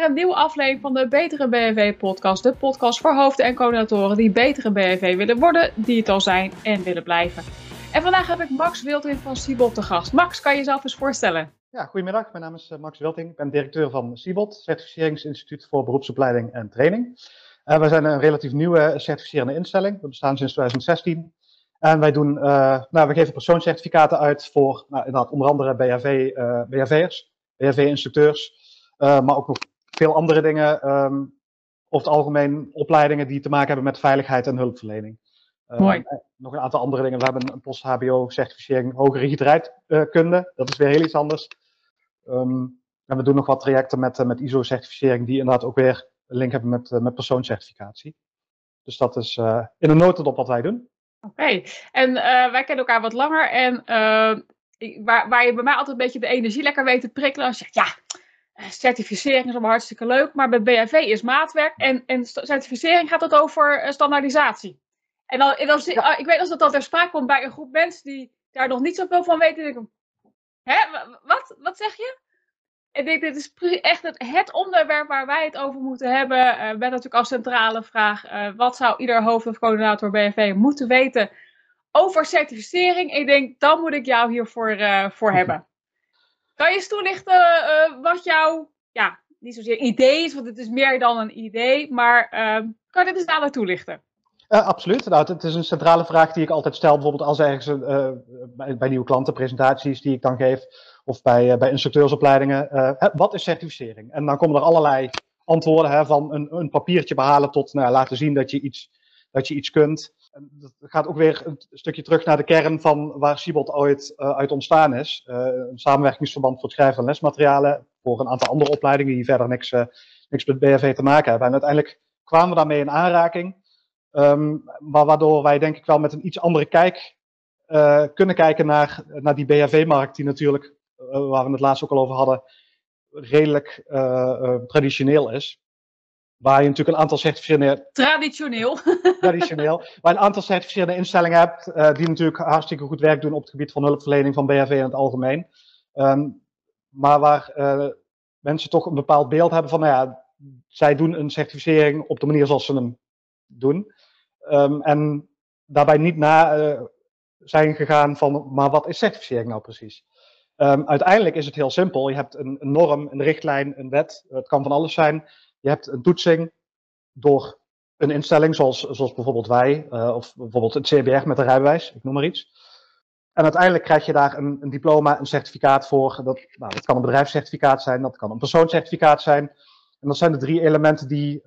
weer een nieuwe aflevering van de Betere BHV-podcast. De podcast voor hoofden en coördinatoren die betere BHV willen worden, die het al zijn en willen blijven. En vandaag heb ik Max Wilting van Siebold te gast. Max, kan je jezelf eens voorstellen? Ja, goedemiddag. Mijn naam is Max Wilting. Ik ben directeur van Siebold, Certificeringsinstituut voor Beroepsopleiding en Training. We zijn een relatief nieuwe certificerende instelling. We bestaan sinds 2016. En wij doen, we geven persoonscertificaten uit voor inderdaad onder andere BHV'ers, BHV-instructeurs, maar ook nog veel andere dingen. Over het algemeen opleidingen die te maken hebben met veiligheid en hulpverlening. Mooi. Nog een aantal andere dingen. We hebben een post-HBO-certificering hogere gietrijkunde. Dat is weer heel iets anders. En we doen nog wat trajecten met ISO-certificering die inderdaad ook weer een link hebben met persoonscertificatie. Dus dat is in een notendop wat wij doen. Oké. En wij kennen elkaar wat langer. En waar je bij mij altijd een beetje de energie lekker weet te prikkelen. Als je zegt, ja, certificering is allemaal hartstikke leuk. Maar bij BHV is maatwerk. En certificering gaat het over standaardisatie. En dan, ik weet als dat ter sprake komt bij een groep mensen die daar nog niet zoveel van weten. Dan denk ik, hè, wat zeg je? Ik denk, dit is echt het onderwerp waar wij het over moeten hebben. Met natuurlijk als centrale vraag, wat zou ieder hoofd- of coördinator BHV moeten weten over certificering? Ik denk, dan moet ik jou hiervoor voor hebben. Kan je eens toelichten wat jouw, ja, niet zozeer idee is, want het is meer dan een idee, maar kan je dit eens nader toelichten? Absoluut. Nou, het is een centrale vraag die ik altijd stel, bijvoorbeeld als ergens bij nieuwe klantenpresentaties die ik dan geef, of bij instructeursopleidingen. Wat is certificering? En dan komen er allerlei antwoorden, van een papiertje behalen tot laten zien dat je iets kunt. En dat gaat ook weer een stukje terug naar de kern van waar Siebold ooit uit ontstaan is. Een samenwerkingsverband voor het schrijven van lesmaterialen voor een aantal andere opleidingen die verder niks met BHV te maken hebben. En uiteindelijk kwamen we daarmee in aanraking. Maar waardoor wij denk ik wel met een iets andere kijk kunnen kijken naar die BHV-markt die natuurlijk, waar we het laatst ook al over hadden, redelijk traditioneel is. Waar je natuurlijk een aantal certificerende... Traditioneel. Waar een aantal certificerende instellingen hebt die natuurlijk hartstikke goed werk doen op het gebied van hulpverlening van BHV in het algemeen. Maar waar mensen toch een bepaald beeld hebben van, zij doen een certificering op de manier zoals ze hem doen. En daarbij niet zijn gegaan van, maar wat is certificering nou precies? Uiteindelijk is het heel simpel. Je hebt een norm, een richtlijn, een wet. Het kan van alles zijn. Je hebt een toetsing door een instelling zoals bijvoorbeeld wij, of bijvoorbeeld het CBR met een rijbewijs, ik noem maar iets. En uiteindelijk krijg je daar een diploma, een certificaat voor. Dat kan een bedrijfscertificaat zijn, dat kan een persoonscertificaat zijn. En dat zijn de 3 elementen die...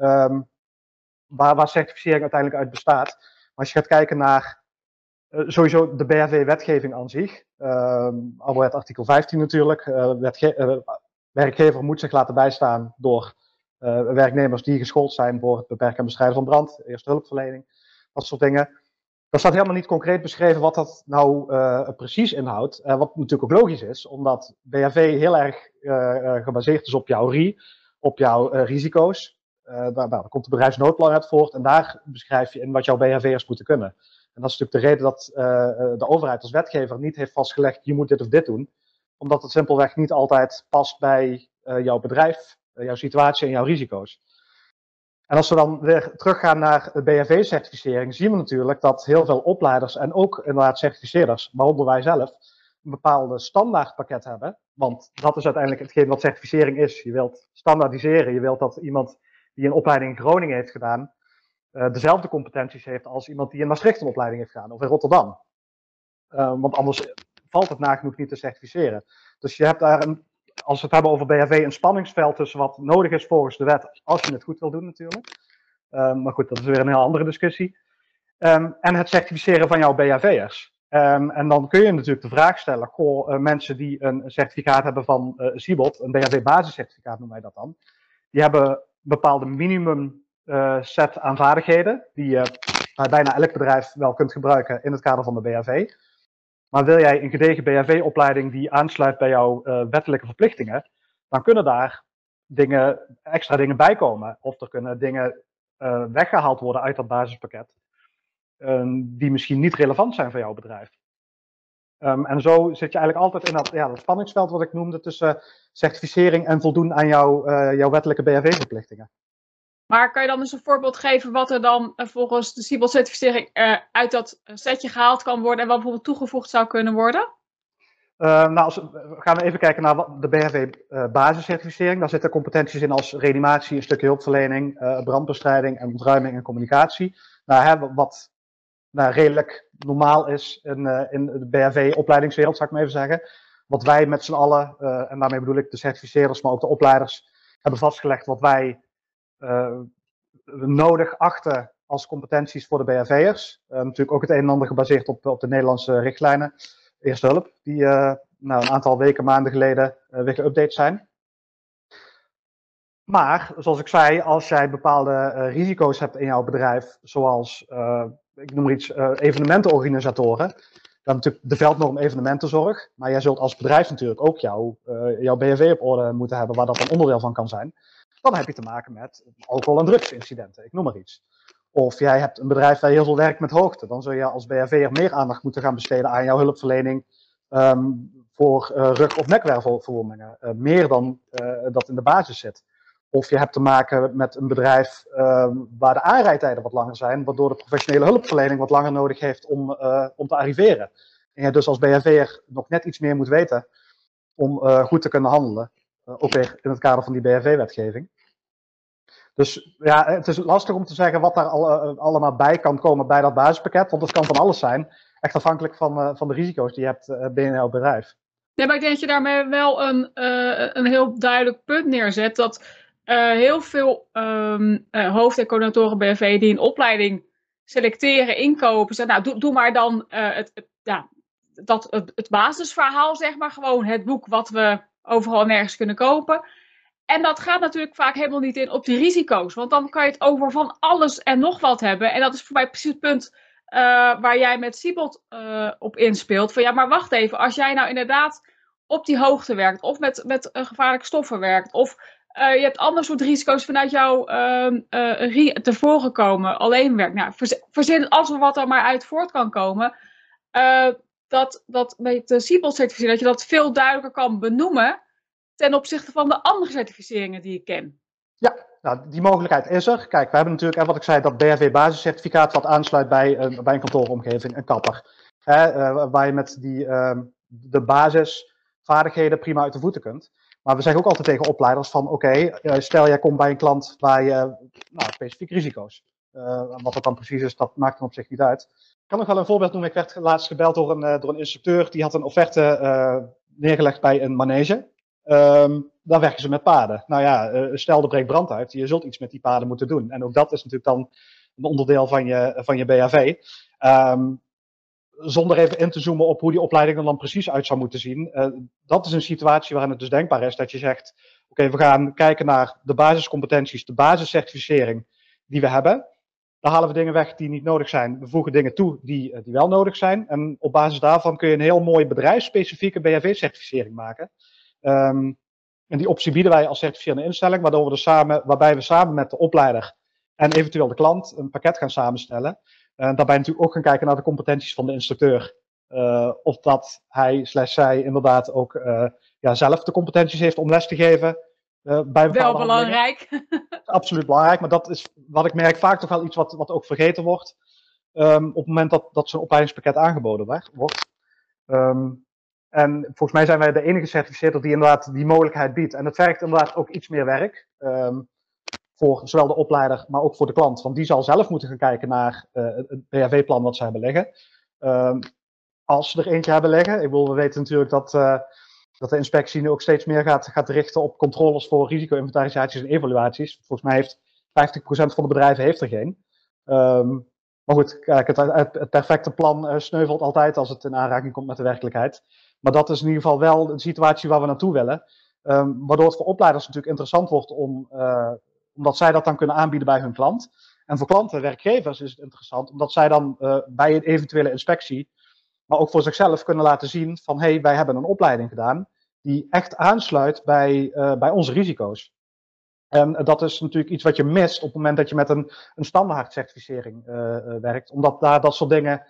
waar certificering uiteindelijk uit bestaat. Maar als je gaat kijken naar sowieso de BHV-wetgeving aan zich, Arbeidswet artikel 15 natuurlijk, werkgever moet zich laten bijstaan door werknemers die geschoold zijn voor het beperken en bestrijden van brand, eerste hulpverlening, dat soort dingen. Er staat helemaal niet concreet beschreven wat dat nou precies inhoudt, wat natuurlijk ook logisch is, omdat BHV heel erg gebaseerd is op jouw RI, op jouw risico's. Daar komt de bedrijfsnoodplan uit voort en daar beschrijf je in wat jouw BHV'ers moeten kunnen. En dat is natuurlijk de reden dat de overheid als wetgever niet heeft vastgelegd, je moet dit of dit doen. Omdat het simpelweg niet altijd past bij jouw bedrijf, jouw situatie en jouw risico's. En als we dan weer teruggaan naar de BHV-certificering, zien we natuurlijk dat heel veel opleiders en ook inderdaad certificeerders, waaronder wij zelf, een bepaalde standaardpakket hebben. Want dat is uiteindelijk hetgeen wat certificering is. Je wilt standaardiseren, je wilt dat iemand die een opleiding in Groningen heeft gedaan, dezelfde competenties heeft als iemand die in Maastricht een opleiding heeft gedaan, of in Rotterdam. Want anders valt het nagenoeg niet te certificeren. Dus je hebt daar, als we het hebben over BHV, een spanningsveld tussen wat nodig is volgens de wet, als je het goed wil doen natuurlijk. Maar goed, dat is weer een heel andere discussie. En het certificeren van jouw BHV'ers. En dan kun je natuurlijk de vraag stellen, mensen die een certificaat hebben van Siebold, een BHV-basiscertificaat noemen wij dat dan, die hebben een bepaalde minimum set aan vaardigheden, die je bij bijna elk bedrijf wel kunt gebruiken in het kader van de BHV. Maar wil jij een gedegen BHV-opleiding die aansluit bij jouw wettelijke verplichtingen, dan kunnen daar extra dingen bij komen. Of er kunnen dingen weggehaald worden uit dat basispakket, die misschien niet relevant zijn voor jouw bedrijf. En zo zit je eigenlijk altijd in dat spanningsveld wat ik noemde tussen certificering en voldoen aan jouw wettelijke BHV-verplichtingen. Maar kan je dan eens een voorbeeld geven wat er dan volgens de CBOT-certificering uit dat setje gehaald kan worden en wat bijvoorbeeld toegevoegd zou kunnen worden? Gaan we even kijken naar de BHV-basiscertificering. Daar zitten competenties in als reanimatie, een stukje hulpverlening, brandbestrijding en ontruiming en communicatie. Wat redelijk normaal is in de BHV-opleidingswereld, zou ik maar even zeggen. Wat wij met z'n allen, en daarmee bedoel ik de certificeerders, maar ook de opleiders, hebben vastgelegd wat wij nodig achten als competenties voor de BHV'ers. Natuurlijk ook het een en ander gebaseerd op de Nederlandse richtlijnen. Eerste hulp, die een aantal weken, maanden geleden weer geüpdate zijn. Maar, zoals ik zei, als jij bepaalde risico's hebt in jouw bedrijf, zoals, ik noem maar iets, evenementenorganisatoren, dan natuurlijk de veldnorm evenementenzorg, maar jij zult als bedrijf natuurlijk ook jouw BHV op orde moeten hebben, waar dat een onderdeel van kan zijn. Dan heb je te maken met alcohol- en drugsincidenten, ik noem maar iets. Of jij hebt een bedrijf waar je heel veel werkt met hoogte, dan zul je als BHV'er meer aandacht moeten gaan besteden aan jouw hulpverlening voor rug- of nekwervelverwondingen, meer dan dat in de basis zit. Of je hebt te maken met een bedrijf waar de aanrijdtijden wat langer zijn, waardoor de professionele hulpverlening wat langer nodig heeft om te arriveren. En je dus als BHV'er nog net iets meer moet weten om goed te kunnen handelen. Ook weer in het kader van die BHV-wetgeving. Dus ja, het is lastig om te zeggen wat daar allemaal bij kan komen bij dat basispakket, want het kan van alles zijn. Echt afhankelijk van de risico's die je hebt binnen jouw bedrijf. Nee, maar ik denk dat je daarmee wel een heel duidelijk punt neerzet. Dat heel veel hoofd- en coördinatoren BHV die een opleiding selecteren, inkopen, zeggen, nou, doe maar dan het basisverhaal, zeg maar. Gewoon het boek wat we overal nergens kunnen kopen. En dat gaat natuurlijk vaak helemaal niet in op die risico's. Want dan kan je het over van alles en nog wat hebben. En dat is voor mij precies het punt waar jij met Siebold op inspeelt. Van ja, maar wacht even. Als jij nou inderdaad op die hoogte werkt. Of met gevaarlijke stoffen werkt. Of je hebt ander soort risico's vanuit jou tevoren komen. Alleen werkt. Nou, verzin alles wat er maar uit voort kan komen. Dat met de Siebold-certificering, dat je dat veel duidelijker kan benoemen ten opzichte van de andere certificeringen die ik ken. Ja, nou, die mogelijkheid is er. Kijk, we hebben natuurlijk, wat ik zei, dat BHV-basiscertificaat wat aansluit bij een kantooromgeving, een kapper. Waar je met de basisvaardigheden prima uit de voeten kunt. Maar we zeggen ook altijd tegen opleiders van, oké, stel jij komt bij een klant waar je specifieke risico's. Wat dat dan precies is, dat maakt dan op zich niet uit. Ik kan nog wel een voorbeeld noemen. Ik werd laatst gebeld door een instructeur. Die had een offerte neergelegd bij een manege. Dan werken ze met paarden. Nou ja, stel er breekt brand uit. Je zult iets met die paarden moeten doen. En ook dat is natuurlijk dan een onderdeel van je BHV. Zonder even in te zoomen op hoe die opleiding er dan precies uit zou moeten zien. Dat is een situatie waarin het dus denkbaar is dat je zegt, oké, we gaan kijken naar de basiscompetenties, de basiscertificering die we hebben. Dan halen we dingen weg die niet nodig zijn. We voegen dingen toe die wel nodig zijn. En op basis daarvan kun je een heel mooie bedrijfsspecifieke BHV-certificering maken. En die optie bieden wij als certificerende instelling, waarbij we samen met de opleider en eventueel de klant een pakket gaan samenstellen. Daarbij natuurlijk ook gaan kijken naar de competenties van de instructeur. Of dat hij/zij inderdaad ook zelf de competenties heeft om les te geven. Bij wel belangrijk. Absoluut belangrijk, maar dat is wat ik merk vaak toch wel iets wat ook vergeten wordt. Op het moment dat zo'n opleidingspakket aangeboden wordt. En volgens mij zijn wij de enige certificeerder die inderdaad die mogelijkheid biedt. En het vergt inderdaad ook iets meer werk. Voor zowel de opleider, maar ook voor de klant. Want die zal zelf moeten gaan kijken naar het BHV-plan wat ze hebben liggen. Als ze er eentje hebben liggen. We weten natuurlijk dat de inspectie nu ook steeds meer gaat richten op controles voor risico-inventarisaties en evaluaties. Volgens mij heeft 50% van de bedrijven heeft er geen. Maar goed, kijk, het perfecte plan sneuvelt altijd als het in aanraking komt met de werkelijkheid. Maar dat is in ieder geval wel een situatie waar we naartoe willen. Waardoor het voor opleiders natuurlijk interessant wordt omdat zij dat dan kunnen aanbieden bij hun klant. En voor klanten, werkgevers is het interessant, omdat zij dan bij een eventuele inspectie, maar ook voor zichzelf kunnen laten zien van hey, wij hebben een opleiding gedaan die echt aansluit bij onze risico's. En dat is natuurlijk iets wat je mist op het moment dat je met een standaard certificering werkt. Omdat daar dat soort dingen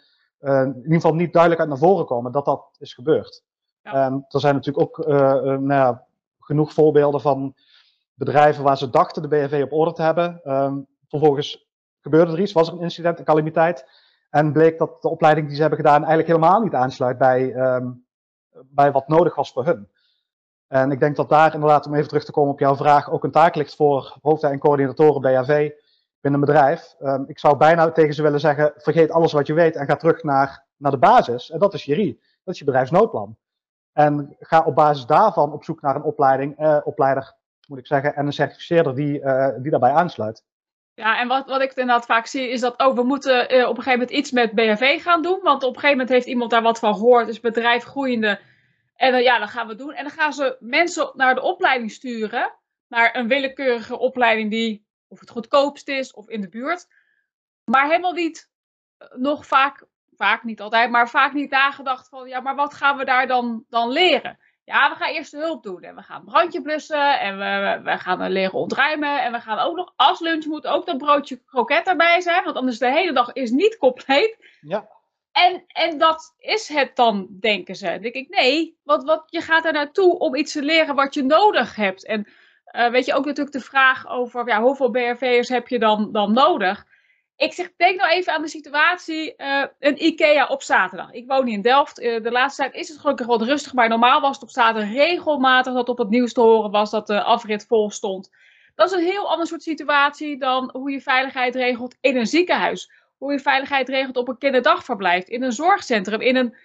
in ieder geval niet duidelijk uit naar voren komen dat dat is gebeurd. Ja. En er zijn natuurlijk ook genoeg voorbeelden van bedrijven waar ze dachten de BHV op orde te hebben. Vervolgens gebeurde er iets, was er een incident, een calamiteit. En bleek dat de opleiding die ze hebben gedaan eigenlijk helemaal niet aansluit bij wat nodig was voor hun. En ik denk dat daar inderdaad, om even terug te komen op jouw vraag, ook een taak ligt voor hoofden en coördinatoren BHV binnen een bedrijf. Ik zou bijna tegen ze willen zeggen, vergeet alles wat je weet en ga terug naar de basis. En dat is je RI, dat is je bedrijfsnoodplan. En ga op basis daarvan op zoek naar een opleider, moet ik zeggen, en een certificeerder die daarbij aansluit. Ja, en wat ik inderdaad vaak zie is dat, we moeten op een gegeven moment iets met BHV gaan doen. Want op een gegeven moment heeft iemand daar wat van gehoord, is het bedrijf groeiende. En dat gaan we doen. En dan gaan ze mensen naar de opleiding sturen, naar een willekeurige opleiding die of het goedkoopst is of in de buurt. Maar helemaal niet, nog vaak niet altijd, maar vaak niet nagedacht van, ja, maar wat gaan we daar dan leren? Ja, we gaan eerst de hulp doen en we gaan brandje blussen en we gaan leren ontruimen. En we gaan ook nog, als lunch moet ook dat broodje kroket erbij zijn, want anders de hele dag is niet compleet. Ja. En dat is het dan, denken ze. Dan denk ik, nee, je gaat er naartoe om iets te leren wat je nodig hebt. En weet je, ook natuurlijk de vraag over, hoeveel BRV'ers heb je dan nodig? Ik zeg, denk nou even aan de situatie, een IKEA op zaterdag. Ik woon hier in Delft. De laatste tijd is het gelukkig wat rustig, maar normaal was het op zaterdag regelmatig dat op het nieuws te horen was dat de afrit vol stond. Dat is een heel ander soort situatie dan hoe je veiligheid regelt in een ziekenhuis. Hoe je veiligheid regelt op een kinderdagverblijf, in een zorgcentrum, in een...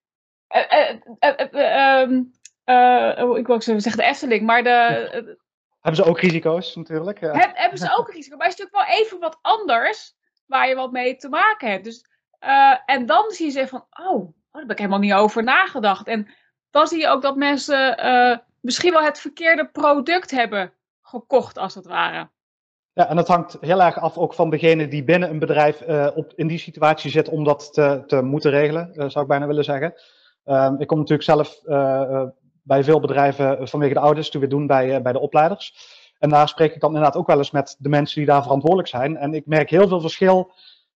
ik wil zeggen de Efteling, maar hebben ze ook risico's natuurlijk? Ja. Hebben ze ook een risico, maar het is natuurlijk wel even wat anders waar je wat mee te maken hebt. Dus, en dan zie je van, daar heb ik helemaal niet over nagedacht. En dan zie je ook dat mensen misschien wel het verkeerde product hebben gekocht, als het ware. Ja, en dat hangt heel erg af ook van degene die binnen een bedrijf in die situatie zit om dat te moeten regelen, zou ik bijna willen zeggen. Ik kom natuurlijk zelf bij veel bedrijven vanwege de audits die we doen bij de opleiders. En daar spreek ik dan inderdaad ook wel eens met de mensen die daar verantwoordelijk zijn. En ik merk heel veel verschil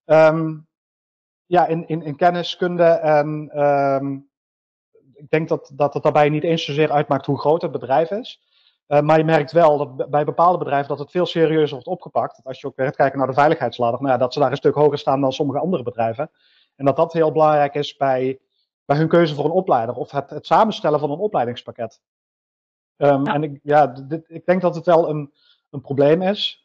in kenniskunde. En ik denk dat het daarbij niet eens zozeer uitmaakt hoe groot het bedrijf is. Maar je merkt wel dat bij bepaalde bedrijven dat het veel serieuzer wordt opgepakt. Dat als je ook weer gaat kijken naar de veiligheidsladder, dat ze daar een stuk hoger staan dan sommige andere bedrijven. En dat heel belangrijk is bij hun keuze voor een opleider of het samenstellen van een opleidingspakket. En ik denk dat het wel een probleem is.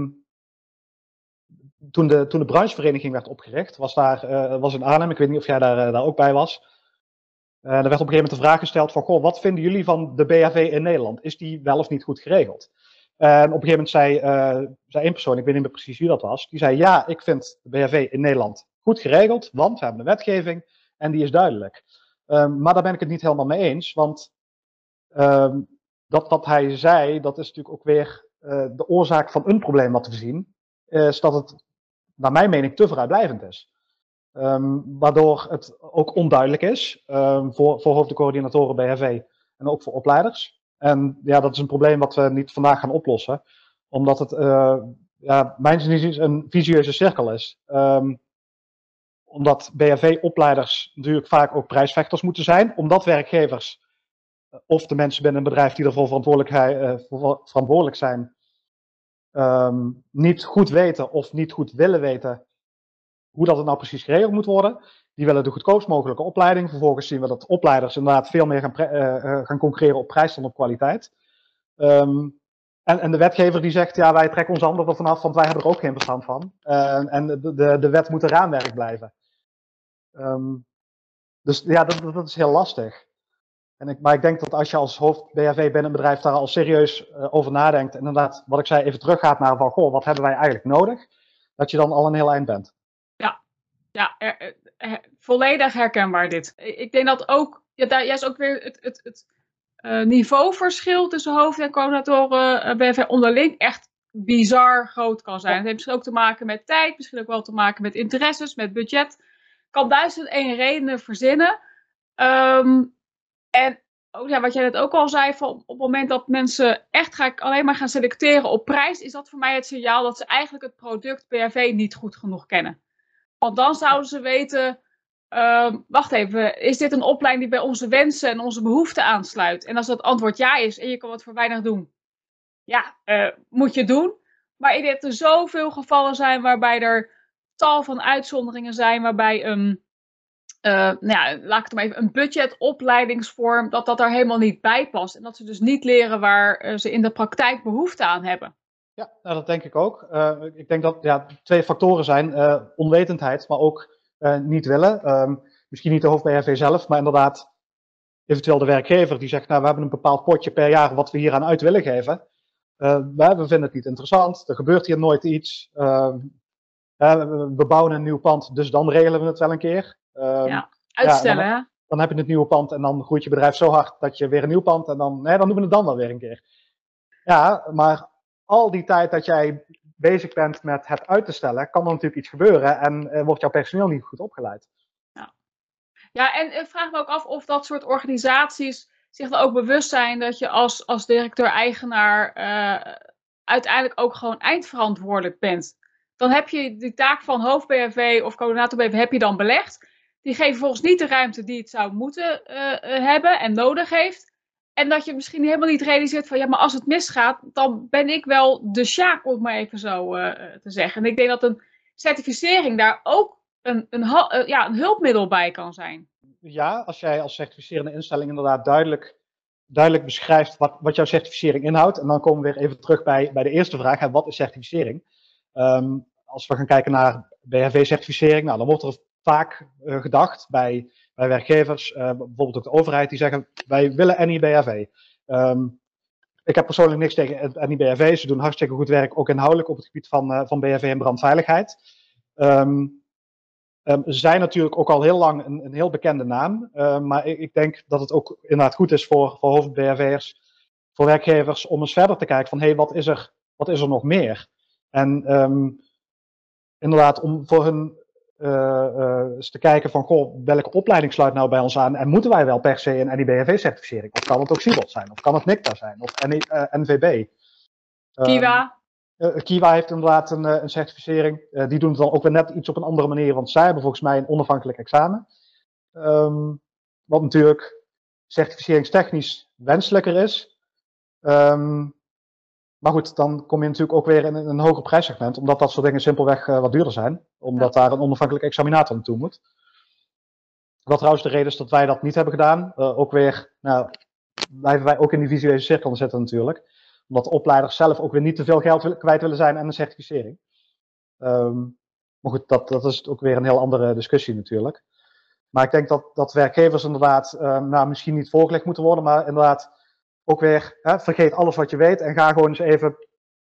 Toen de branchevereniging werd opgericht, was in Arnhem, ik weet niet of jij daar ook bij was. Er werd op een gegeven moment de vraag gesteld van, goh, wat vinden jullie van de BHV in Nederland? Is die wel of niet goed geregeld? En op een gegeven moment zei één persoon, ik weet niet meer precies wie dat was, die zei, ja, ik vind de BHV in Nederland goed geregeld, want we hebben een wetgeving en die is duidelijk. Maar daar ben ik het niet helemaal mee eens, want dat hij zei, dat is natuurlijk ook weer de oorzaak van een probleem wat we zien, is dat het, naar mijn mening, te vrijblijvend is. Waardoor het ook onduidelijk is voor hoofdcoördinatoren BHV en ook voor opleiders. En ja, dat is een probleem wat we niet vandaag gaan oplossen, omdat het mijn zin een vicieuze cirkel is. Omdat BHV-opleiders natuurlijk vaak ook prijsvechters moeten zijn, omdat werkgevers of de mensen binnen een bedrijf die ervoor verantwoordelijk zijn, niet goed weten of niet goed willen weten hoe dat het nou precies geregeld moet worden. Die willen de goedkoopst mogelijke opleiding. Vervolgens zien we dat opleiders inderdaad veel meer gaan concurreren op prijs dan op kwaliteit. En de wetgever die zegt, ja, wij trekken ons handen ervan af, want wij hebben er ook geen verstand van. En de wet moet een raamwerk blijven. Dus ja, dat is heel lastig. Maar ik denk dat als je als hoofd BHV binnen een bedrijf daar al serieus over nadenkt, en inderdaad, wat ik zei, even teruggaat naar van, goh, wat hebben wij eigenlijk nodig? Dat je dan al een heel eind bent. Ja, volledig herkenbaar dit. Ik denk dat ook, daar is ook weer het niveauverschil tussen hoofd- en coördinatoren BHV onderling echt bizar groot kan zijn. Het heeft misschien ook te maken met tijd, misschien ook wel te maken met interesses, met budget. Kan 1001 redenen verzinnen. En wat jij net ook al zei, van op het moment dat mensen echt alleen maar gaan selecteren op prijs, is dat voor mij het signaal dat ze eigenlijk het product BHV niet goed genoeg kennen. Want dan zouden ze weten wacht even, is dit een opleiding die bij onze wensen en onze behoeften aansluit? En als dat antwoord ja is en je kan wat voor weinig doen, ja, moet je doen. Maar ik denk dat er zoveel gevallen zijn waarbij er tal van uitzonderingen zijn, waarbij nou ja, laat ik het maar even, een budgetopleidingsvorm, dat daar helemaal niet bij past. En dat ze dus niet leren waar ze in de praktijk behoefte aan hebben. Ja, nou, dat denk ik ook. Ik denk dat twee factoren zijn. Onwetendheid, maar ook niet willen. Misschien niet de hoofd-BHV zelf, maar inderdaad eventueel de werkgever die zegt, nou, we hebben een bepaald potje per jaar wat we hier aan uit willen geven. We vinden het niet interessant, er gebeurt hier nooit iets. We bouwen een nieuw pand, dus dan regelen we het wel een keer. Ja, uitstellen, hè? Dan heb je het nieuwe pand en dan groeit je bedrijf zo hard dat je weer een nieuw pand en dan doen we het dan wel weer een keer. Ja, maar al die tijd dat jij bezig bent met het uit te stellen, kan er natuurlijk iets gebeuren en wordt jouw personeel niet goed opgeleid. Ja, en vraag me ook af of dat soort organisaties zich er ook bewust zijn dat je als directeur-eigenaar uiteindelijk ook gewoon eindverantwoordelijk bent. Dan heb je die taak van hoofd-BHV of coördinator BHV heb je dan belegd. Die geven volgens niet de ruimte die het zou moeten hebben en nodig heeft. En dat je misschien helemaal niet realiseert van ja, maar als het misgaat, dan ben ik wel de sjaak, om het maar even zo te zeggen. En ik denk dat een certificering daar ook een hulpmiddel bij kan zijn. Ja, als jij als certificerende instelling inderdaad duidelijk beschrijft wat jouw certificering inhoudt. En dan komen we weer even terug bij de eerste vraag. Wat is certificering? Als we gaan kijken naar BHV-certificering, nou, dan wordt er vaak gedacht bij werkgevers, bijvoorbeeld ook de overheid, die zeggen, wij willen NIBHV. Ik heb persoonlijk niks tegen NIBHV. Ze doen hartstikke goed werk, ook inhoudelijk op het gebied van BHV en brandveiligheid. Ze zijn natuurlijk ook al heel lang een heel bekende naam. Maar ik denk dat het ook inderdaad goed is voor hoofd-BHV'ers, voor werkgevers, om eens verder te kijken van, hey, wat is er nog meer? En inderdaad, om voor hun eens te kijken van, goh, welke opleiding sluit nou bij ons aan? En moeten wij wel per se een NIBHV-certificering? Of kan het ook CIBOT zijn? Of kan het NICTA zijn? Of NVB? Kiwa. Kiwa heeft inderdaad een certificering. Die doen het dan ook weer net iets op een andere manier, want zij hebben volgens mij een onafhankelijk examen. Wat natuurlijk certificeringstechnisch wenselijker is. Maar goed, dan kom je natuurlijk ook weer in een hoger prijssegment, omdat dat soort dingen simpelweg wat duurder zijn. Omdat daar een onafhankelijk examinator naartoe moet. Wat trouwens de reden is dat wij dat niet hebben gedaan. Ook weer, blijven wij ook in die visuele cirkel zitten natuurlijk. Omdat de opleiders zelf ook weer niet te veel geld kwijt willen zijn aan een certificering. Maar goed, dat is ook weer een heel andere discussie natuurlijk. Maar ik denk dat werkgevers inderdaad misschien niet voorgelegd moeten worden, maar inderdaad ook weer, vergeet alles wat je weet en ga gewoon eens even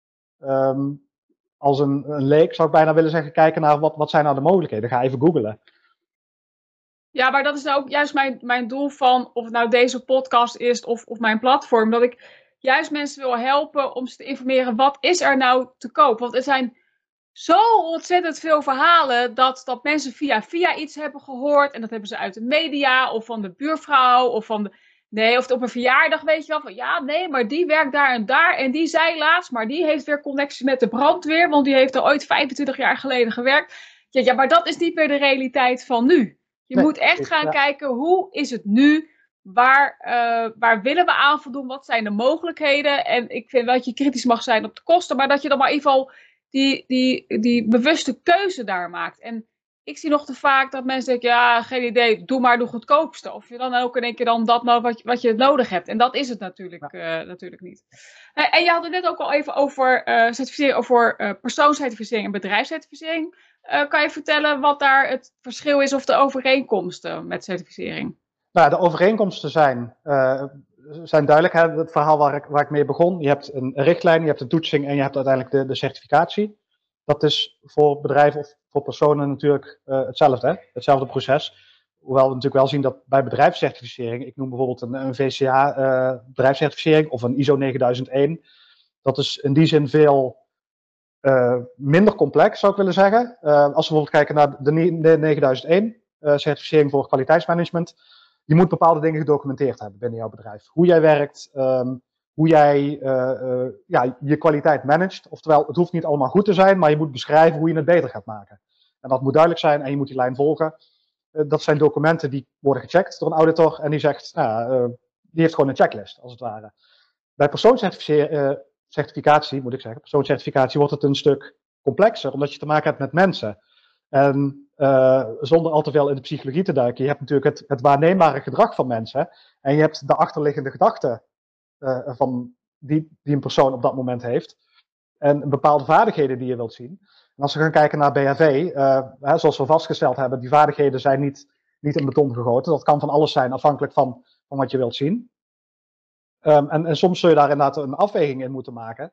als een leek, zou ik bijna willen zeggen, kijken naar wat zijn nou de mogelijkheden. Ga even googlen. Ja, maar dat is nou ook juist mijn doel van, of het nou deze podcast is of mijn platform, dat ik juist mensen wil helpen om ze te informeren, wat is er nou te koop? Want er zijn zo ontzettend veel verhalen dat mensen via iets hebben gehoord. En dat hebben ze uit de media of van de buurvrouw of of op een verjaardag, weet je wel. Van ja, nee, maar die werkt daar en daar. En die zei laatst, maar die heeft weer connectie met de brandweer. Want die heeft er ooit 25 jaar geleden gewerkt. Ja, maar dat is niet meer de realiteit van nu. Je moet echt gaan kijken, hoe is het nu? Waar willen we aan voldoen? Wat zijn de mogelijkheden? En ik vind wel dat je kritisch mag zijn op de kosten. Maar dat je dan maar in ieder geval die bewuste keuze daar maakt. En ik zie nog te vaak dat mensen denken, ja, geen idee, doe maar de goedkoopste. Of je dan ook in één keer dan dat nou wat je nodig hebt. En dat is het natuurlijk niet. En je had het net ook al even over certificering, over persoonscertificering en bedrijfscertificering. Kan je vertellen wat daar het verschil is of de overeenkomsten met certificering? Nou, de overeenkomsten zijn duidelijk. Hè? Het verhaal waar ik mee begon. Je hebt een richtlijn, je hebt een toetsing en je hebt uiteindelijk de certificatie. Dat is voor bedrijven of voor personen natuurlijk hetzelfde. Hè? Hetzelfde proces. Hoewel we natuurlijk wel zien dat bij bedrijfscertificering, ik noem bijvoorbeeld een VCA bedrijfscertificering of een ISO 9001. Dat is in die zin veel minder complex, zou ik willen zeggen. Als we bijvoorbeeld kijken naar de 9001, certificering voor kwaliteitsmanagement. Je moet bepaalde dingen gedocumenteerd hebben binnen jouw bedrijf. Hoe jij werkt, hoe jij je kwaliteit managt. Oftewel, het hoeft niet allemaal goed te zijn, maar je moet beschrijven hoe je het beter gaat maken. En dat moet duidelijk zijn en je moet die lijn volgen. Dat zijn documenten die worden gecheckt door een auditor en die zegt, die heeft gewoon een checklist, als het ware. Bij persoonscertificatie wordt het een stuk complexer, omdat je te maken hebt met mensen. En zonder al te veel in de psychologie te duiken, je hebt natuurlijk het waarneembare gedrag van mensen en je hebt de achterliggende gedachten die een persoon op dat moment heeft en bepaalde vaardigheden die je wilt zien. En als we gaan kijken naar BHV, zoals we vastgesteld hebben, die vaardigheden zijn niet in beton gegoten. Dat kan van alles zijn, afhankelijk van wat je wilt zien. En soms zul je daar inderdaad een afweging in moeten maken.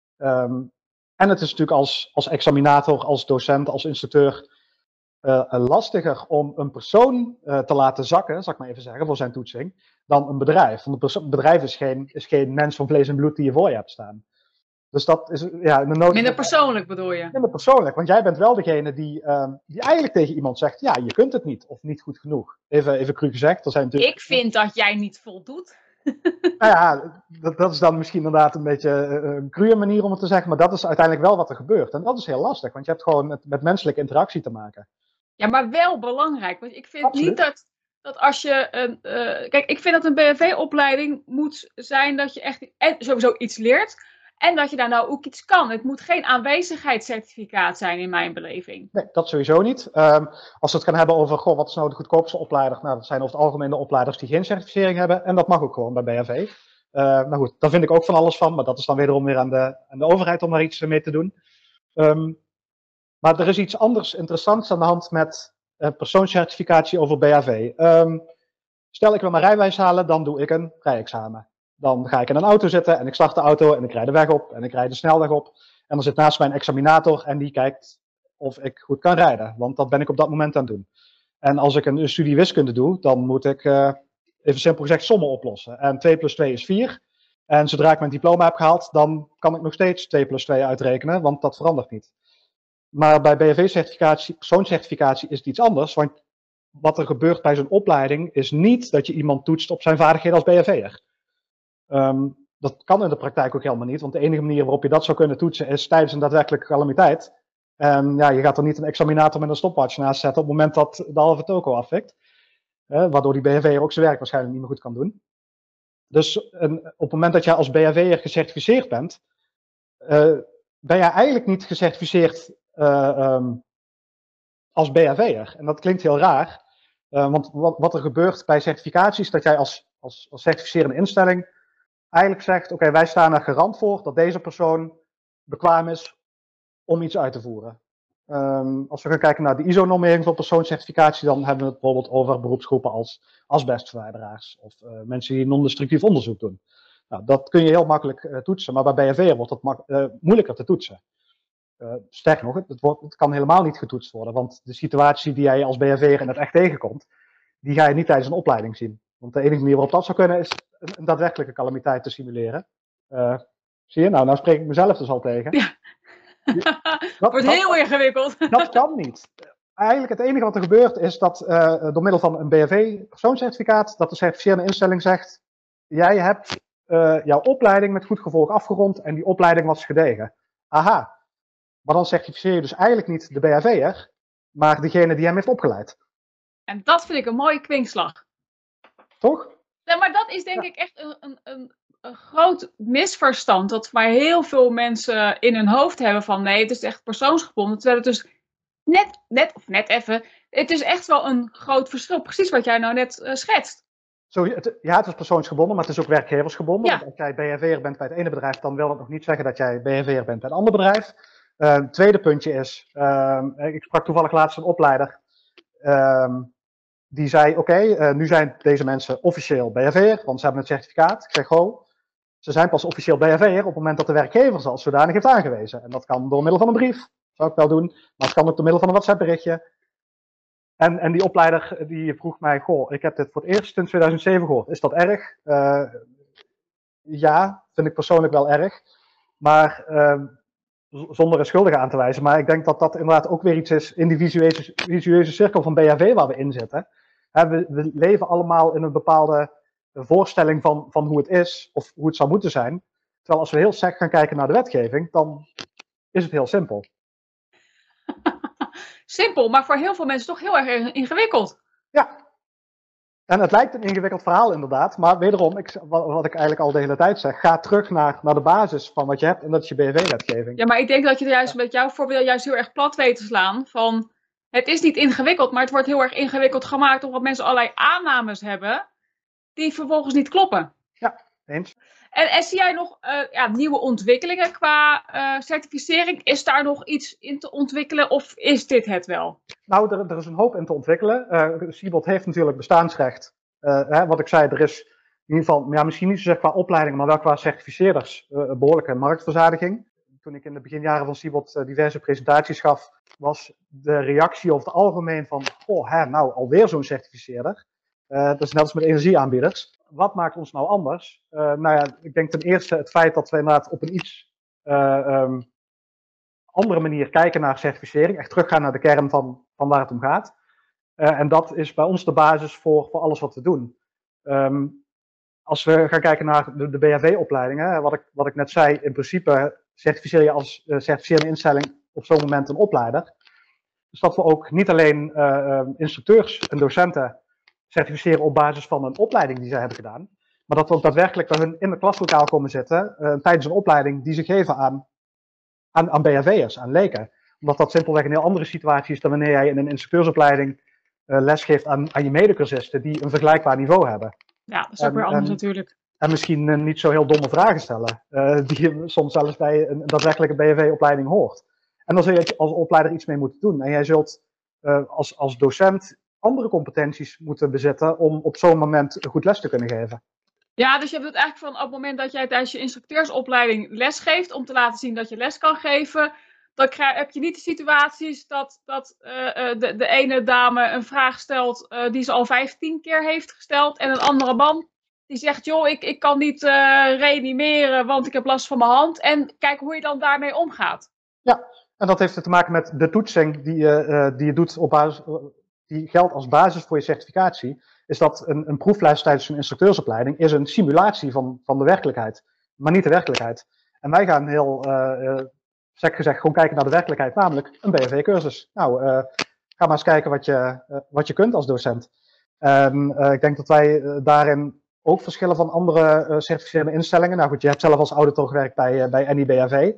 En het is natuurlijk als examinator, als docent, als instructeur lastiger om een persoon te laten zakken, zal ik maar even zeggen, voor zijn toetsing, dan een bedrijf. Want een bedrijf is geen mens van vlees en bloed die je voor je hebt staan. Dus dat is minder persoonlijk bedoel je? Minder persoonlijk, want jij bent wel degene die eigenlijk tegen iemand zegt, ja, je kunt het niet, of niet goed genoeg. Even cru gezegd. Er zijn natuurlijk... Ik vind dat jij niet voldoet. Nou ja, dat is dan misschien inderdaad een beetje een cruwe manier om het te zeggen, maar dat is uiteindelijk wel wat er gebeurt. En dat is heel lastig, want je hebt gewoon met menselijke interactie te maken. Ja, maar wel belangrijk. Want ik vind niet dat als je kijk, ik vind dat een BHV-opleiding moet zijn dat je echt sowieso iets leert. En dat je daar nou ook iets kan. Het moet geen aanwezigheidscertificaat zijn in mijn beleving. Nee, dat sowieso niet. Als we het gaan hebben over, wat is nou de goedkoopste opleider? Nou, dat zijn over het algemeen de opleiders die geen certificering hebben. En dat mag ook gewoon bij BHV. Nou goed, daar vind ik ook van alles van. Maar dat is dan wederom weer aan de overheid om daar iets mee te doen. Maar er is iets anders interessants aan de hand met persoonscertificatie over BHV. Stel ik wil mijn rijbewijs halen, dan doe ik een rijexamen. Dan ga ik in een auto zitten en ik start de auto en ik rijd de weg op en ik rijd de snelweg op. En er zit naast mij een examinator en die kijkt of ik goed kan rijden. Want dat ben ik op dat moment aan het doen. En als ik een studie wiskunde doe, dan moet ik, even simpel gezegd, sommen oplossen. En 2 plus 2 is 4. En zodra ik mijn diploma heb gehaald, dan kan ik nog steeds 2 plus 2 uitrekenen, want dat verandert niet. Maar bij BHV-certificatie, persoonscertificatie, is het iets anders. Want wat er gebeurt bij zo'n opleiding is niet dat je iemand toetst op zijn vaardigheden als BHV'er. Dat kan in de praktijk ook helemaal niet, want de enige manier waarop je dat zou kunnen toetsen is tijdens een daadwerkelijke calamiteit. En ja, je gaat er niet een examinator met een stopwatch naast zetten op het moment dat de halve toko afvikt. Waardoor die BHV'er ook zijn werk waarschijnlijk niet meer goed kan doen. Dus op het moment dat jij als BHV'er gecertificeerd bent, ben jij eigenlijk niet gecertificeerd als BHV'er. En dat klinkt heel raar, want wat er gebeurt bij certificaties, dat jij als certificerende instelling eigenlijk zegt, oké, wij staan er garant voor dat deze persoon bekwaam is om iets uit te voeren. Als we gaan kijken naar de ISO-normering voor persoonscertificatie, dan hebben we het bijvoorbeeld over beroepsgroepen als asbestverwijderaars of mensen die non-destructief onderzoek doen. Nou, dat kun je heel makkelijk toetsen, maar bij BHV'er wordt het moeilijker te toetsen. Sterker nog, het kan helemaal niet getoetst worden, want de situatie die jij als BHV'er in het echt tegenkomt, die ga je niet tijdens een opleiding zien. Want de enige manier waarop dat zou kunnen is een daadwerkelijke calamiteit te simuleren. Zie je? Nou spreek ik mezelf dus al tegen. Ja. Wordt heel ingewikkeld. Dat kan niet. Eigenlijk het enige wat er gebeurt is dat door middel van een BHV-persoonscertificaat, dat de certificerende instelling zegt, jij hebt jouw opleiding met goed gevolg afgerond en die opleiding was gedegen. Aha. Maar dan certificeer je dus eigenlijk niet de BHV'er, maar degene die hem heeft opgeleid. En dat vind ik een mooie kwinkslag. Toch? Ja, maar dat is denk ik echt een groot misverstand. Dat maar heel veel mensen in hun hoofd hebben van nee, het is echt persoonsgebonden. Terwijl het dus net even, het is echt wel een groot verschil. Precies wat jij nou net schetst. Het is persoonsgebonden, maar het is ook werkgeversgebonden. Ja. Want als jij BHV'er bent bij het ene bedrijf, dan wil dat nog niet zeggen dat jij BHV'er bent bij het andere bedrijf. Tweede puntje is, ik sprak toevallig laatst een opleider. Die zei, oké, nu zijn deze mensen officieel BHV'er, want ze hebben het certificaat. Ik zeg, ze zijn pas officieel BHV'er op het moment dat de werkgever ze als zodanig heeft aangewezen. En dat kan door middel van een brief, zou ik wel doen. Maar het kan ook door middel van een WhatsApp berichtje. En die opleider die vroeg mij, ik heb dit voor het eerst sinds 2007 gehoord. Is dat erg? Ja, vind ik persoonlijk wel erg. Maar zonder een schuldige aan te wijzen. Maar ik denk dat dat inderdaad ook weer iets is in die visueuze cirkel van BHV waar we in zitten. We leven allemaal in een bepaalde voorstelling van hoe het is of hoe het zou moeten zijn. Terwijl als we heel sec gaan kijken naar de wetgeving, dan is het heel simpel. Simpel, maar voor heel veel mensen toch heel erg ingewikkeld. Ja, en het lijkt een ingewikkeld verhaal inderdaad, maar wederom, wat ik eigenlijk al de hele tijd zeg, ga terug naar de basis van wat je hebt en dat is je BHV-wetgeving. Ja, maar ik denk dat je er juist met jouw voorbeeld juist heel erg plat weet te slaan van, het is niet ingewikkeld, maar het wordt heel erg ingewikkeld gemaakt omdat mensen allerlei aannames hebben die vervolgens niet kloppen. Ja, eens. En zie jij nog nieuwe ontwikkelingen qua certificering? Is daar nog iets in te ontwikkelen of is dit het wel? Nou, er is een hoop in te ontwikkelen. Siebold heeft natuurlijk bestaansrecht. Wat ik zei, er is in ieder geval, ja, misschien niet zozeer qua opleiding, maar wel qua certificeerders, behoorlijke marktverzadiging. Toen ik in de beginjaren van Siebold diverse presentaties gaf, was de reactie over het algemeen van, nou alweer zo'n certificeerder. Dat is net als met energieaanbieders. Wat maakt ons nou anders? Nou ja, ik denk ten eerste het feit dat we inderdaad op een iets andere manier kijken naar certificering. Echt teruggaan naar de kern van waar het om gaat. En dat is bij ons de basis voor alles wat we doen. Als we gaan kijken naar de BHV-opleidingen, wat ik net zei, in principe certificeer je als certificerende instelling op zo'n moment een opleider. Dus dat we ook niet alleen instructeurs en docenten certificeren op basis van een opleiding die zij hebben gedaan, maar dat we ook daadwerkelijk bij hun in het klaslokaal komen zitten tijdens een opleiding die ze geven aan BHV'ers, aan leken. Omdat dat simpelweg een heel andere situatie is dan wanneer jij in een instructeursopleiding les geeft aan je medecursisten die een vergelijkbaar niveau hebben. Ja, dat is ook weer anders natuurlijk. En misschien niet zo heel domme vragen stellen, die je soms zelfs bij een daadwerkelijke BHV-opleiding hoort. En dan zul je als opleider iets mee moeten doen. En jij zult als docent andere competenties moeten bezitten om op zo'n moment goed les te kunnen geven. Ja, dus je hebt het eigenlijk van op het moment dat jij tijdens je instructeursopleiding les geeft, om te laten zien dat je les kan geven, dan heb je niet de situaties dat de ene dame een vraag stelt die ze al 15 keer heeft gesteld en een andere man die zegt, joh, ik kan niet reanimeren, want ik heb last van mijn hand. En kijk hoe je dan daarmee omgaat. Ja, en dat heeft te maken met de toetsing die je doet op basis, die geldt als basis voor je certificatie. Is dat een proefles tijdens een instructeursopleiding is een simulatie van de werkelijkheid, maar niet de werkelijkheid. En wij gaan heel, sec gezegd, gewoon kijken naar de werkelijkheid, namelijk een BHV-cursus. Nou, ga maar eens kijken wat je kunt als docent. Ik denk dat wij daarin ook verschillen van andere certificerende instellingen. Nou goed, je hebt zelf als auditor gewerkt bij NIBHV.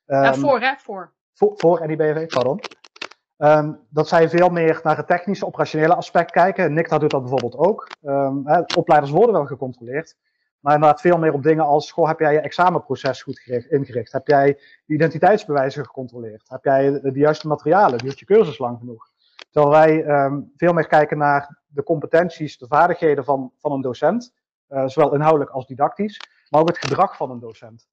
Voor NIBHV, pardon. Dat zij veel meer naar het technische, operationele aspect kijken. NICTA doet dat bijvoorbeeld ook. Opleiders worden wel gecontroleerd. Maar inderdaad veel meer op dingen als, heb jij je examenproces goed ingericht? Heb jij de identiteitsbewijzen gecontroleerd? Heb jij de juiste materialen? Duurt je cursus lang genoeg? Terwijl wij veel meer kijken naar de competenties, de vaardigheden van een docent. Zowel inhoudelijk als didactisch. Maar ook het gedrag van een docent.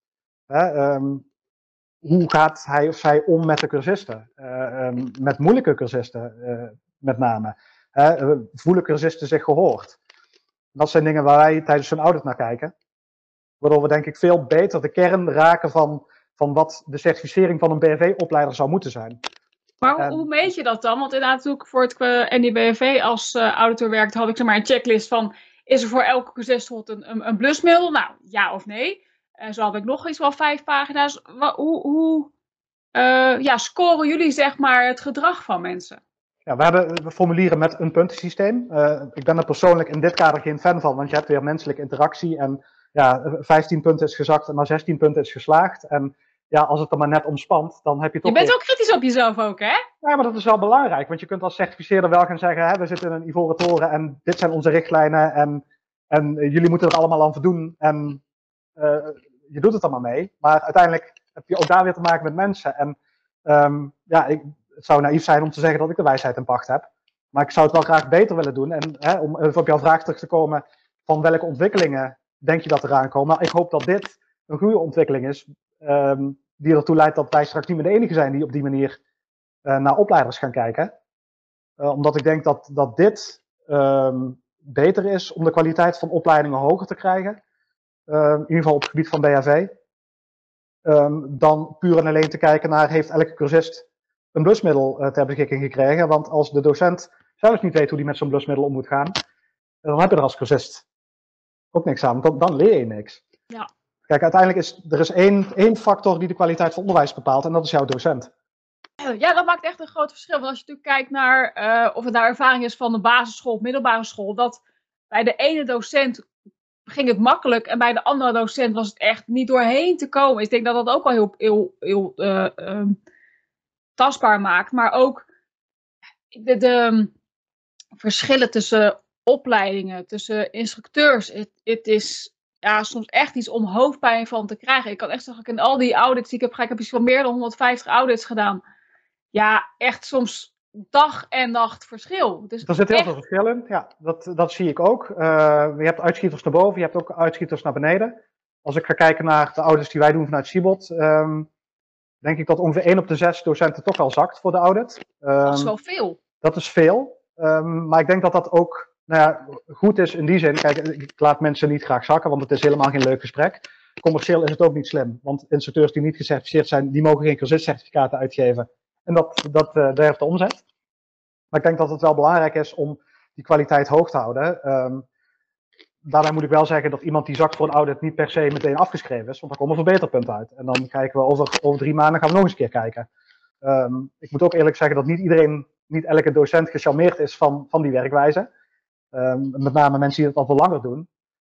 Hoe gaat hij of zij om met de cursisten? Met moeilijke cursisten met name. Voelen cursisten zich gehoord? Dat zijn dingen waar wij tijdens zo'n audit naar kijken. Waardoor we denk ik veel beter de kern raken van wat de certificering van een BHV-opleider zou moeten zijn. Maar hoe meet je dat dan? Want inderdaad, toen ik voor het NIBHV als auditor werkte, had ik een checklist van, is er voor elke cursist een blusmiddel? Nou, ja of nee. Zo had ik nog iets wel 5 pagina's. Hoe scoren jullie zeg maar het gedrag van mensen? Ja, we formulieren met een puntensysteem. Ik ben er persoonlijk in dit kader geen fan van, want je hebt weer menselijke interactie. En ja, 15 punten is gezakt en maar 16 punten is geslaagd. En ja, als het er maar net omspant, dan heb je toch... Je bent ook kritisch op jezelf ook, hè? Ja, maar dat is wel belangrijk. Want je kunt als certificeerder wel gaan zeggen, we zitten in een ivoren toren en dit zijn onze richtlijnen. En jullie moeten er allemaal aan voldoen. En je doet het er maar mee. Maar uiteindelijk heb je ook daar weer te maken met mensen. En het zou naïef zijn om te zeggen dat ik de wijsheid in pacht heb. Maar ik zou het wel graag beter willen doen. En om even op jouw vraag terug te komen, van welke ontwikkelingen denk je dat eraan komen? Nou, ik hoop dat dit een goede ontwikkeling is, die ertoe leidt dat wij straks niet meer de enige zijn die op die manier naar opleiders gaan kijken. Omdat ik denk dat dit beter is om de kwaliteit van opleidingen hoger te krijgen. In ieder geval op het gebied van BHV. Dan puur en alleen te kijken naar, heeft elke cursist een blusmiddel ter beschikking gekregen? Want als de docent zelf niet weet hoe die met zo'n blusmiddel om moet gaan, dan heb je er als cursist ook niks aan. Dan leer je niks. Ja. Kijk, uiteindelijk is er één factor die de kwaliteit van onderwijs bepaalt en dat is jouw docent. Ja, dat maakt echt een groot verschil. Want als je natuurlijk kijkt naar of het nou ervaring is van de basisschool of middelbare school, dat bij de ene docent ging het makkelijk en bij de andere docent was het echt niet doorheen te komen. Ik denk dat dat ook wel heel tastbaar maakt. Maar ook de verschillen tussen opleidingen, tussen instructeurs. Het is soms echt iets om hoofdpijn van te krijgen. Ik kan echt zeggen, in al die audits die ik heb gedaan, ik heb iets van meer dan 150 audits gedaan. Ja, echt soms dag en nacht verschil. Dus er zit heel veel verschil in, ja, dat zie ik ook. Je hebt uitschieters naar boven, je hebt ook uitschieters naar beneden. Als ik ga kijken naar de audits die wij doen vanuit Siebod, denk ik dat ongeveer 1 op de 6 docenten toch wel zakt voor de audit. Dat is wel veel. Dat is veel, maar ik denk dat dat ook goed is in die zin. Kijk, ik laat mensen niet graag zakken, want het is helemaal geen leuk gesprek. Commercieel is het ook niet slim, want instructeurs die niet gecertificeerd zijn, die mogen geen cursistcertificaten uitgeven. En dat drijft de omzet. Maar ik denk dat het wel belangrijk is om die kwaliteit hoog te houden. Daarbij moet ik wel zeggen dat iemand die zakt voor een audit niet per se meteen afgeschreven is, want daar komen verbeterpunten uit. En dan kijken we over 3 maanden gaan we nog eens een keer kijken. Ik moet ook eerlijk zeggen dat niet elke docent gecharmeerd is van die werkwijze. Met name mensen die het al veel langer doen.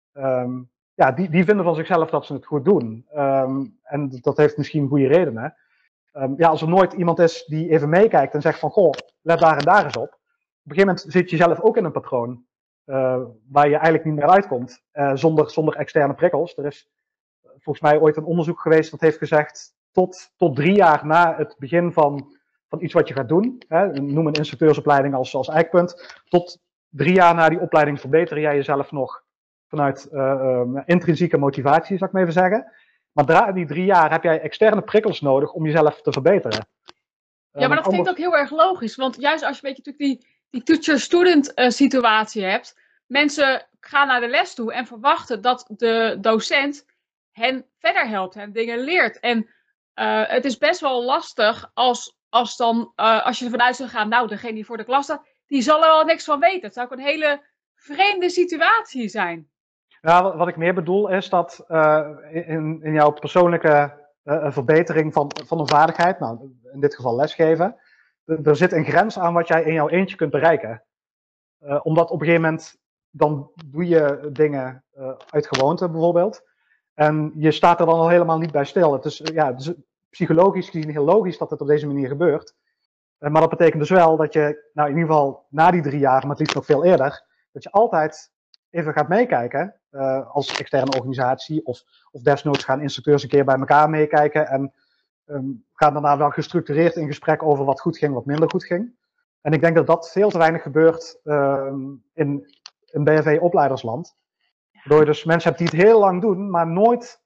Die vinden van zichzelf dat ze het goed doen. En dat heeft misschien goede redenen. Als er nooit iemand is die even meekijkt en zegt van, goh, let daar en daar eens op. Op een gegeven moment zit je zelf ook in een patroon waar je eigenlijk niet meer uitkomt, zonder externe prikkels. Er is volgens mij ooit een onderzoek geweest dat heeft gezegd, tot 3 jaar na het begin van iets wat je gaat doen, noem een instructeursopleiding als eikpunt, tot 3 jaar na die opleiding verbeter jij jezelf nog vanuit intrinsieke motivatie, zou ik maar even zeggen. Maar die 3 jaar heb jij externe prikkels nodig om jezelf te verbeteren. Ja, maar dat klinkt ook heel erg logisch. Want juist als je een beetje natuurlijk die teacher-student situatie hebt. Mensen gaan naar de les toe en verwachten dat de docent hen verder helpt, hen dingen leert. En het is best wel lastig als je ervan uit zou gaan, nou, degene die voor de klas staat, die zal er wel niks van weten. Het zou ook een hele vreemde situatie zijn. Ja, wat ik meer bedoel is dat in jouw persoonlijke verbetering van een vaardigheid, nou, in dit geval lesgeven, er zit een grens aan wat jij in jouw eentje kunt bereiken. Omdat op een gegeven moment, dan doe je dingen uit gewoonte bijvoorbeeld. En je staat er dan al helemaal niet bij stil. Het is psychologisch gezien heel logisch dat het op deze manier gebeurt. Maar dat betekent dus wel dat je, nou in ieder geval na die 3 jaar, maar het liefst nog veel eerder, dat je altijd even gaat meekijken als externe organisatie. Of desnoods gaan instructeurs een keer bij elkaar meekijken. En gaan daarna wel gestructureerd in gesprek over wat goed ging, wat minder goed ging. En ik denk dat dat veel te weinig gebeurt in BHV-opleidersland. Waardoor je dus mensen hebt die het heel lang doen, maar nooit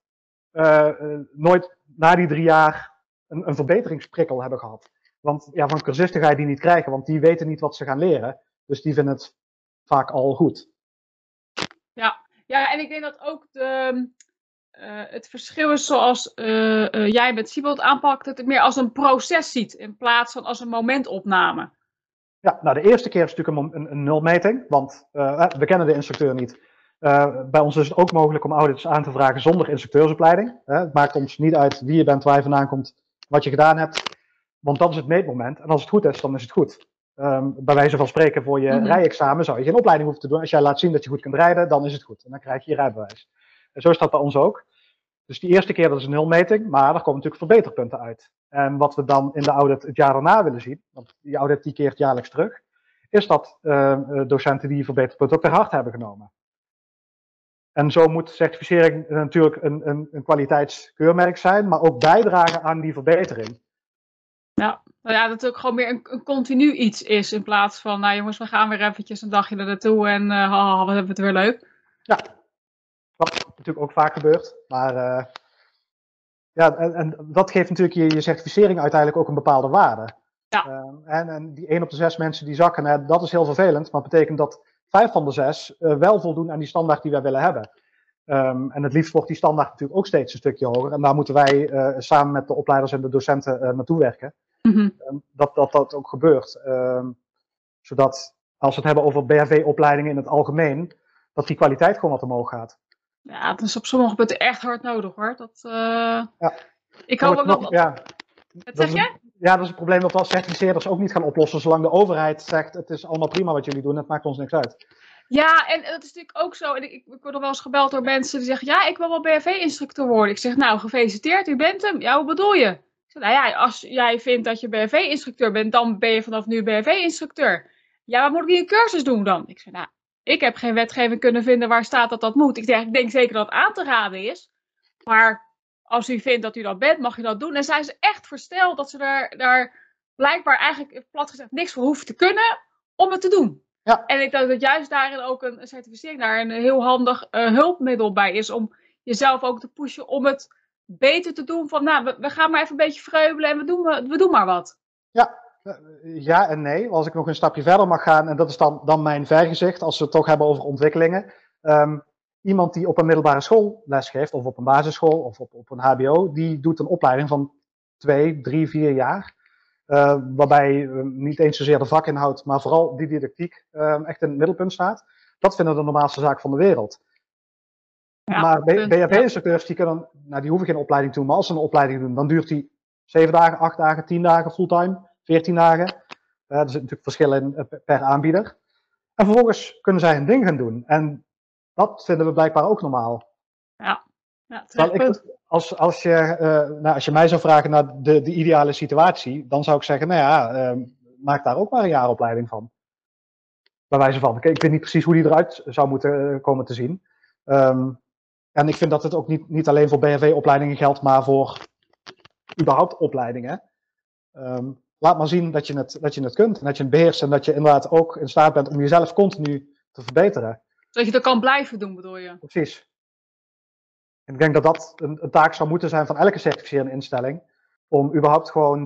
na die 3 jaar een verbeteringsprikkel hebben gehad. Want van cursisten ga je die niet krijgen, want die weten niet wat ze gaan leren. Dus die vinden het vaak al goed. Ja, en ik denk dat ook het verschil is zoals jij met Siebod aanpakt, het meer als een proces ziet in plaats van als een momentopname. Ja, nou de eerste keer is natuurlijk een nulmeting, want we kennen de instructeur niet. Bij ons is het ook mogelijk om audits aan te vragen zonder instructeursopleiding. Het maakt ons niet uit wie je bent, waar je vandaan komt, wat je gedaan hebt. Want dat is het meetmoment. En als het goed is, dan is het goed. Bij wijze van spreken voor je rijexamen zou je geen opleiding hoeven te doen. Als jij laat zien dat je goed kunt rijden, dan is het goed. En dan krijg je je rijbewijs. En zo is dat bij ons ook. Dus die eerste keer dat is een nulmeting, maar er komen natuurlijk verbeterpunten uit. En wat we dan in de audit het jaar daarna willen zien, want die audit die keert jaarlijks terug, is dat docenten die verbeterpunten ook ter harte hebben genomen. En zo moet certificering natuurlijk een kwaliteitskeurmerk zijn, maar ook bijdragen aan die verbetering. Ja, nou ja, dat het ook gewoon meer een continu iets is in plaats van, nou jongens, we gaan weer eventjes een dagje er naartoe en wat hebben we het weer leuk. Ja, wat natuurlijk ook vaak gebeurt, maar en dat geeft natuurlijk je certificering uiteindelijk ook een bepaalde waarde. Ja. En die 1 op de 6 mensen die zakken, dat is heel vervelend, maar betekent dat 5 van de 6 wel voldoen aan die standaard die wij willen hebben. En het liefst wordt die standaard natuurlijk ook steeds een stukje hoger. En daar moeten wij samen met de opleiders en de docenten naartoe werken. Dat ook gebeurt. Zodat, als we het hebben over BHV-opleidingen in het algemeen, dat die kwaliteit gewoon wat omhoog gaat. Ja, het is op sommige punten echt hard nodig hoor. Ja. Ik hoop ook nog. Ja. Wat zeg je? Ja, dat is het probleem dat we als certificeerders ook niet gaan oplossen, zolang de overheid zegt, het is allemaal prima wat jullie doen, het maakt ons niks uit. Ja, en dat is natuurlijk ook zo. En ik word nog wel eens gebeld door mensen die zeggen, ja, ik wil wel BHV-instructeur worden. Ik zeg, nou, gefeliciteerd, u bent hem. Ja, hoe bedoel je? Ik zeg, nou ja, als jij vindt dat je BHV-instructeur bent, dan ben je vanaf nu BHV-instructeur. Ja, wat moet ik in een cursus doen dan? Ik zeg, nou, ik heb geen wetgeving kunnen vinden waar staat dat dat moet. Ik denk zeker dat het aan te raden is. Maar als u vindt dat u dat bent, mag je dat doen. En zijn ze echt versteld dat ze daar blijkbaar eigenlijk plat gezegd niks voor hoeven te kunnen om het te doen. Ja. En ik denk dat juist daarin ook een certificering daar een heel handig hulpmiddel bij is. Om jezelf ook te pushen om het beter te doen. Van nou, we gaan maar even een beetje vreubelen en we doen maar wat. Ja en nee. Als ik nog een stapje verder mag gaan, en dat is dan mijn vergezicht, als we het toch hebben over ontwikkelingen. Iemand die op een middelbare school lesgeeft, of op een basisschool, of op een hbo, die doet een opleiding van 2, 3, 4 jaar. Waarbij niet eens zozeer de vakinhoud, maar vooral die didactiek echt in het middelpunt staat. Dat vinden we de normaalste zaak van de wereld. Ja, maar BHV-instructeurs die hoeven geen opleiding te doen, maar als ze een opleiding doen, dan duurt die 7 dagen, 8 dagen, 10 dagen fulltime, 14 dagen. Er zit natuurlijk verschil in per aanbieder. En vervolgens kunnen zij hun ding gaan doen. En dat vinden we blijkbaar ook normaal. Ja, als je mij zou vragen naar de ideale situatie, dan zou ik zeggen, maak daar ook maar een jaaropleiding van. Bij wijze van. Ik weet niet precies hoe die eruit zou moeten komen te zien. En ik vind dat het ook niet alleen voor BHV-opleidingen geldt, maar voor überhaupt opleidingen. Laat maar zien dat je het kunt en dat je het beheerst en dat je inderdaad ook in staat bent om jezelf continu te verbeteren. Zodat je dat kan blijven doen, bedoel je? Precies. En ik denk dat dat een taak zou moeten zijn van elke certificerende instelling, om überhaupt gewoon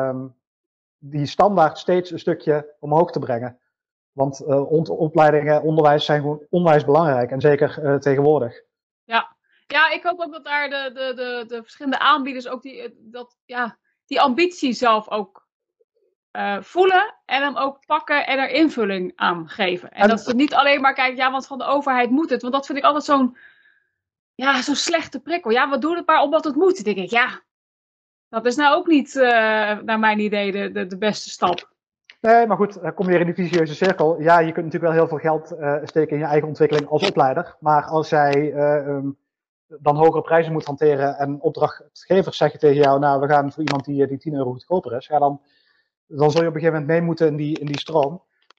die standaard steeds een stukje omhoog te brengen. Want opleidingen, onderwijs zijn gewoon onwijs belangrijk en zeker tegenwoordig. Ja, ik hoop ook dat daar de verschillende aanbieders ook die ambitie zelf ook voelen en hem ook pakken en er invulling aan geven. En dat ze niet alleen maar kijken, ja, want van de overheid moet het. Want dat vind ik altijd zo'n slechte prikkel. Ja, we doen het maar omdat het moet. Dan denk ik, ja, dat is nou ook niet, naar mijn idee, de beste stap. Nee, maar goed, kom weer in die vicieuze cirkel. Ja, je kunt natuurlijk wel heel veel geld steken in je eigen ontwikkeling als opleider. Maar als jij dan hogere prijzen moet hanteren en opdrachtgevers zeggen tegen jou, nou, we gaan voor iemand die 10 euro goedkoper is, ja, dan zul je op een gegeven moment mee moeten in die stroom.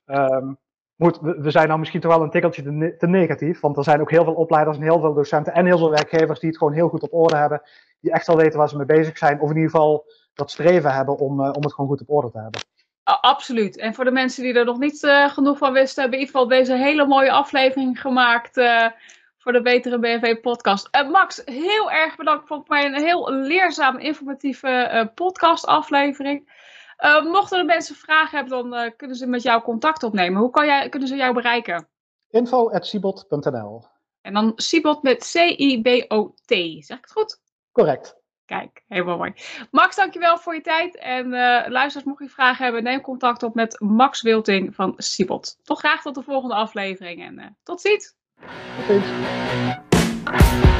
We zijn nou misschien toch wel een tikkeltje te negatief, want er zijn ook heel veel opleiders en heel veel docenten en heel veel werkgevers die het gewoon heel goed op orde hebben, die echt wel weten waar ze mee bezig zijn, of in ieder geval dat streven hebben om het gewoon goed op orde te hebben. Absoluut. En voor de mensen die er nog niet genoeg van wisten, hebben we in ieder geval deze hele mooie aflevering gemaakt voor de Betere BHV podcast. Max, heel erg bedankt voor mij een heel leerzame, informatieve podcast aflevering. Mochten de mensen vragen hebben, dan kunnen ze met jou contact opnemen. Hoe kunnen ze jou bereiken? info@sibot.nl. En dan Sibot met C-I-B-O-T. Zeg ik het goed? Correct. Kijk, helemaal mooi. Max, dankjewel voor je tijd. En luisteraars, mocht je vragen hebben, neem contact op met Max Wilting van Sibot. Toch graag tot de volgende aflevering en tot ziens. Tot ziens.